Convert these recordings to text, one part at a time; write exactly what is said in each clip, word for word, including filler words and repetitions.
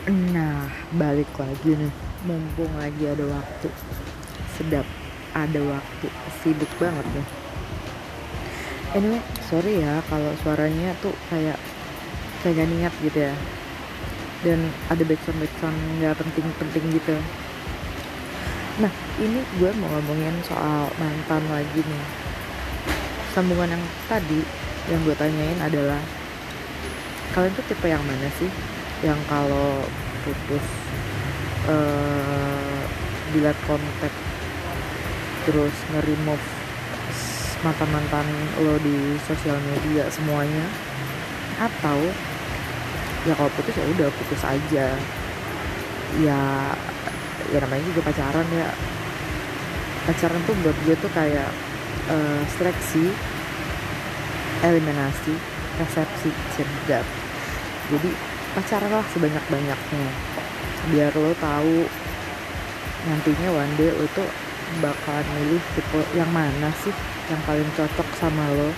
Nah, balik lagi nih, mumpung lagi ada waktu, sedap ada waktu, sibuk banget nih. Anyway, sorry ya kalau suaranya tuh kayak kayak gak niat gitu ya. Dan ada backsound-backsound gak penting-penting gitu. Nah, ini gue mau ngomongin soal mantan lagi nih. Sambungan yang tadi yang gue tanyain adalah, kalian tuh tipe yang mana sih? Yang kalau putus uh, delete kontak, terus nge-remove mantan-mantan lo di sosial media semuanya, atau ya kalau putus ya udah putus aja, ya ya namanya juga pacaran ya. Pacaran tuh buat gue tuh kayak uh, seleksi, eliminasi, resepsi, sedap. Jadi pacaran lah sebanyak-banyaknya, biar lo tahu nantinya one day lo tuh bakalan milih tipe yang mana sih yang paling cocok sama lo.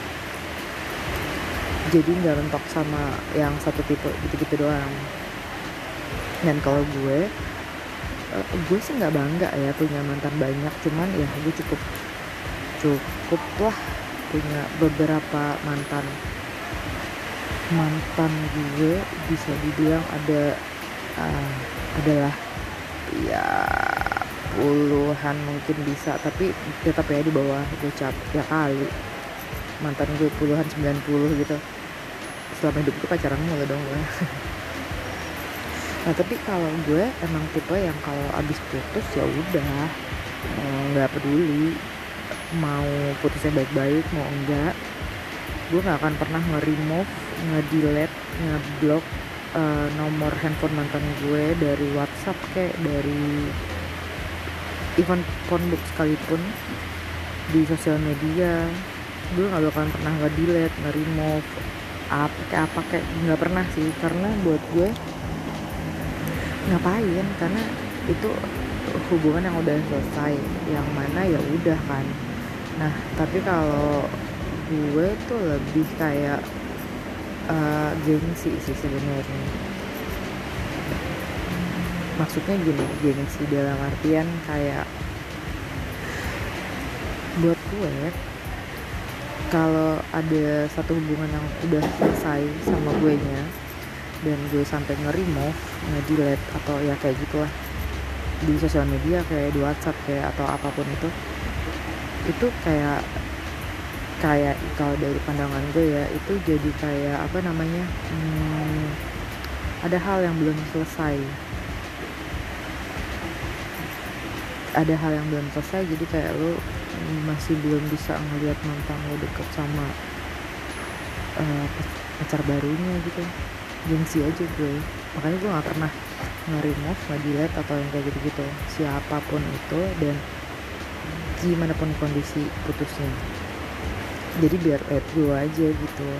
Jadi nggak mentok sama yang satu tipe gitu-gitu doang. Dan kalau gue gue sih nggak bangga ya punya mantan banyak, cuman ya gue cukup cukup lah punya beberapa mantan. Mantan gue bisa dibilang ada uh, adalah ya puluhan mungkin bisa, tapi tetap ya di bawah gocap ya kali. Mantan gue puluhan, sembilan puluh gitu. Selama hidup gue pacaran mulu dong gue. Nah tapi kalau gue emang tipe yang kalau abis putus ya udah nggak eh, peduli mau putusnya baik-baik mau enggak, gue nggak akan pernah nge-remove, nge-delete, nge-block uh, nomor handphone mantan gue dari WhatsApp kayak dari even phonebook sekalipun, di sosial media. Gue nggak bakalan pernah nge-delete, nge-remove apa kayak apa kayak nggak pernah sih, karena buat gue ngapain, karena itu hubungan yang udah selesai, yang mana ya udah kan. Nah tapi kalau gue tuh lebih kayak uh, gengsi sih sebenarnya. Maksudnya gini, gengsi dalam artian kayak buat gue kalau ada satu hubungan yang udah selesai sama gue nya dan gue sampai nge-remove, nge-delete atau ya kayak gitulah di sosial media kayak di WhatsApp kayak atau apapun itu, itu kayak kayak kalau dari pandangan gue ya itu jadi kayak apa namanya hmm, ada hal yang belum selesai ada hal yang belum selesai jadi kayak lo masih belum bisa ngelihat mantan lo deket sama uh, pacar barunya gitu. Gengsi aja gue, makanya gue nggak pernah nge-remove, nge-delete atau yang kayak gitu-gitu siapapun itu dan gimana pun kondisi putusnya. Jadi biar let go aja gitu.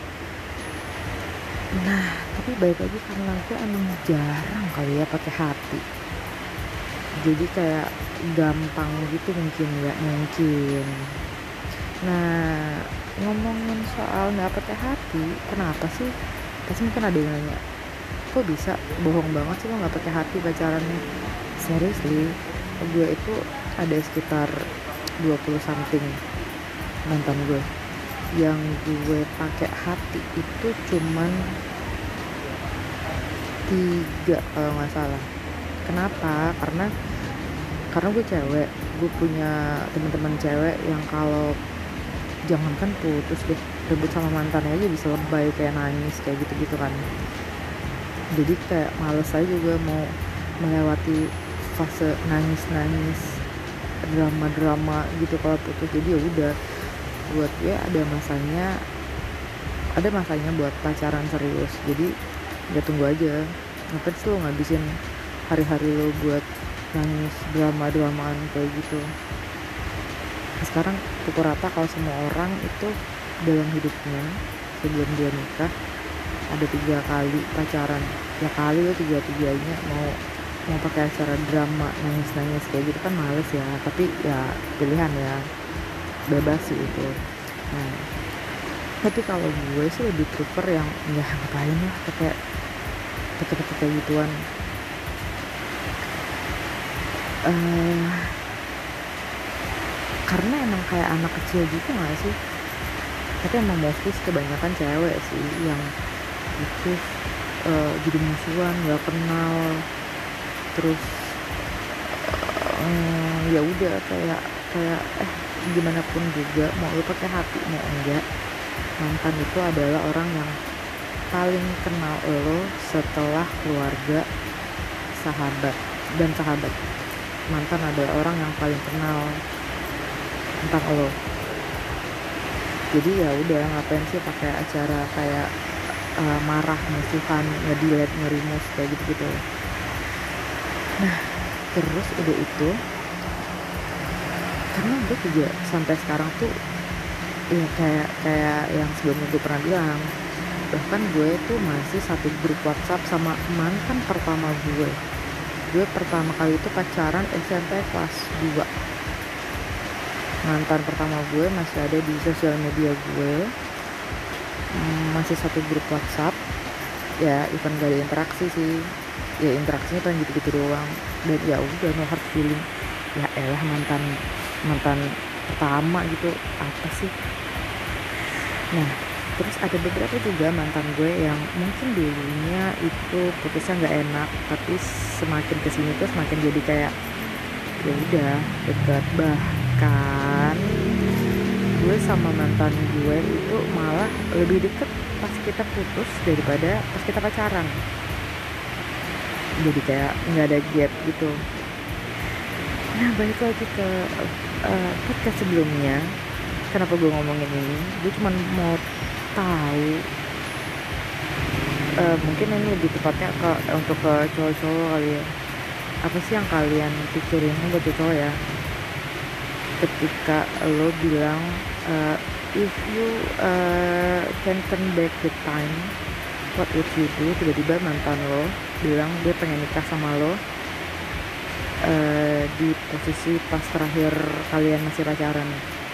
Nah tapi balik lagi karena gue emang jarang kali ya pakai hati, jadi kayak gampang gitu mungkin ya mungkin. Nah ngomongin soal nggak pakai hati, kenapa sih? Pasti mungkin ada yang nanya, kok bisa bohong banget sih lo nggak pakai hati pacarannya? Seriously, gue itu ada sekitar dua puluh something mantan gue, yang gue pakai hati itu cuman tiga kalau nggak salah. Kenapa? Karena karena gue cewek, gue punya teman-teman cewek yang kalau jangankan putus deh, ribut sama mantannya aja bisa lebay kayak nangis kayak gitu-gitu kan. Jadi kayak males aja juga mau melewati fase nangis-nangis, drama-drama gitu kalau putus. Jadi ya udah, buat gue ada masanya ada masanya buat pacaran serius. Jadi ya tunggu aja, ngapain sih lo ngabisin hari-hari lo buat nangis drama-dramaan kayak gitu. Sekarang pukul rata kalau semua orang itu dalam hidupnya sebelum dia nikah ada tiga kali pacaran, ya kali lo tiga-tiganya mau mau pakai acara drama nangis-nangis kayak gitu kan males ya. Tapi ya pilihan ya, bebas sih itu. Nah tapi kalau gue sih lebih prefer yang ya ngapain lah pakai ketika kayak gituan. eh karena emang kayak anak kecil gitu gak sih, tapi emang mostly kebanyakan cewek sih yang itu uh, jadi musuhan, nggak kenal, terus um, ya udah kayak kayak eh gimana pun juga mau lu pakai hati mau enggak, mantan itu adalah orang yang paling kenal lo setelah keluarga, sahabat dan sahabat. Mantan adalah orang yang paling kenal tentang lo. Jadi ya udah, ngapain sih pakai acara kayak uh, marah, musuhan, nge-delete, nge-remove kayak gitu-gitu. Nah, terus udah itu, karena gue juga sampai sekarang tuh ya kayak kayak yang sebelumnya gue pernah bilang, bahkan gue tuh masih satu grup WhatsApp sama mantan pertama gue. Gue pertama kali itu pacaran S M P kelas dua. Mantan pertama gue masih ada di sosial media gue, hmm, masih satu grup WhatsApp. Ya even gak ada interaksi sih, ya interaksinya tuh gitu-gitu doang. Dan ya udah, no hard feeling. Ya elah, mantan mantan pertama gitu, apa sih. Nah terus ada beberapa juga mantan gue yang mungkin dulunya itu putusnya nggak enak, tapi semakin kesini tuh semakin jadi kayak ya udah dekat. Bahkan gue sama mantan gue itu malah lebih deket pas kita putus daripada pas kita pacaran. Jadi kayak nggak ada gap gitu. Nah balik lagi ke uh, podcast sebelumnya, kenapa gue ngomongin ini, gue cuma mau tahu, uh, mungkin ini lebih tepatnya ke untuk ke cowok-cowok kali ya. Apa sih yang kalian pikirin buat cowok ya, ketika lo bilang uh, if you uh, can turn back the time, what would you do? Tiba-tiba mantan lo bilang dia pengen nikah sama lo uh, di posisi pas terakhir kalian masih pacaran.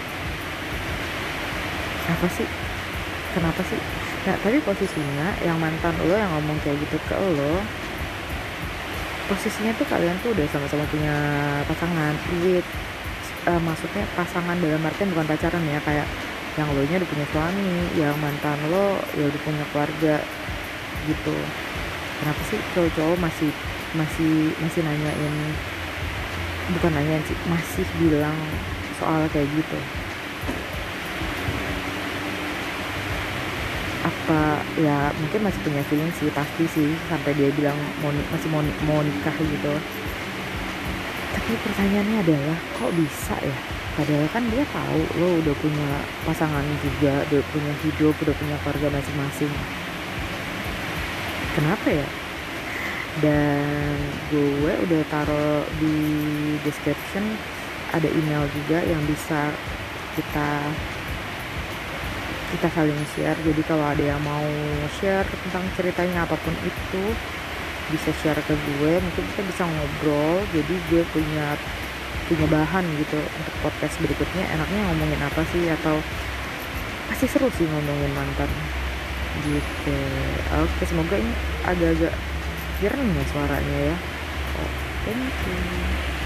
Apa sih? Kenapa sih? Nah tapi posisinya yang mantan lo yang ngomong kayak gitu ke lo, posisinya tuh kalian tuh udah sama-sama punya pasangan. With uh, maksudnya pasangan dalam artian bukan pacaran ya, kayak yang lo nya udah punya suami, yang mantan lo ya udah punya keluarga gitu. Kenapa sih cowok-cowok masih masih masih nanyain, bukan nanyain sih, masih bilang soal kayak gitu? Apa ya mungkin masih punya feeling sih, pasti sih, sampai dia bilang mau, masih mau, mau nikah gitu. Tapi pertanyaannya adalah kok bisa ya, padahal kan dia tahu lo udah punya pasangan juga, udah punya hidup, udah punya keluarga masing-masing. Kenapa ya? Dan gue udah taruh di description ada email juga yang bisa kita kita saling share. Jadi kalau ada yang mau share tentang ceritanya apapun itu, bisa share ke gue, mungkin kita bisa ngobrol. Jadi gue punya punya bahan gitu untuk podcast berikutnya, enaknya ngomongin apa sih, atau pasti seru sih ngomongin mantan gitu. Oke, semoga ini agak-agak jernih ya suaranya ya. Oh, thank you.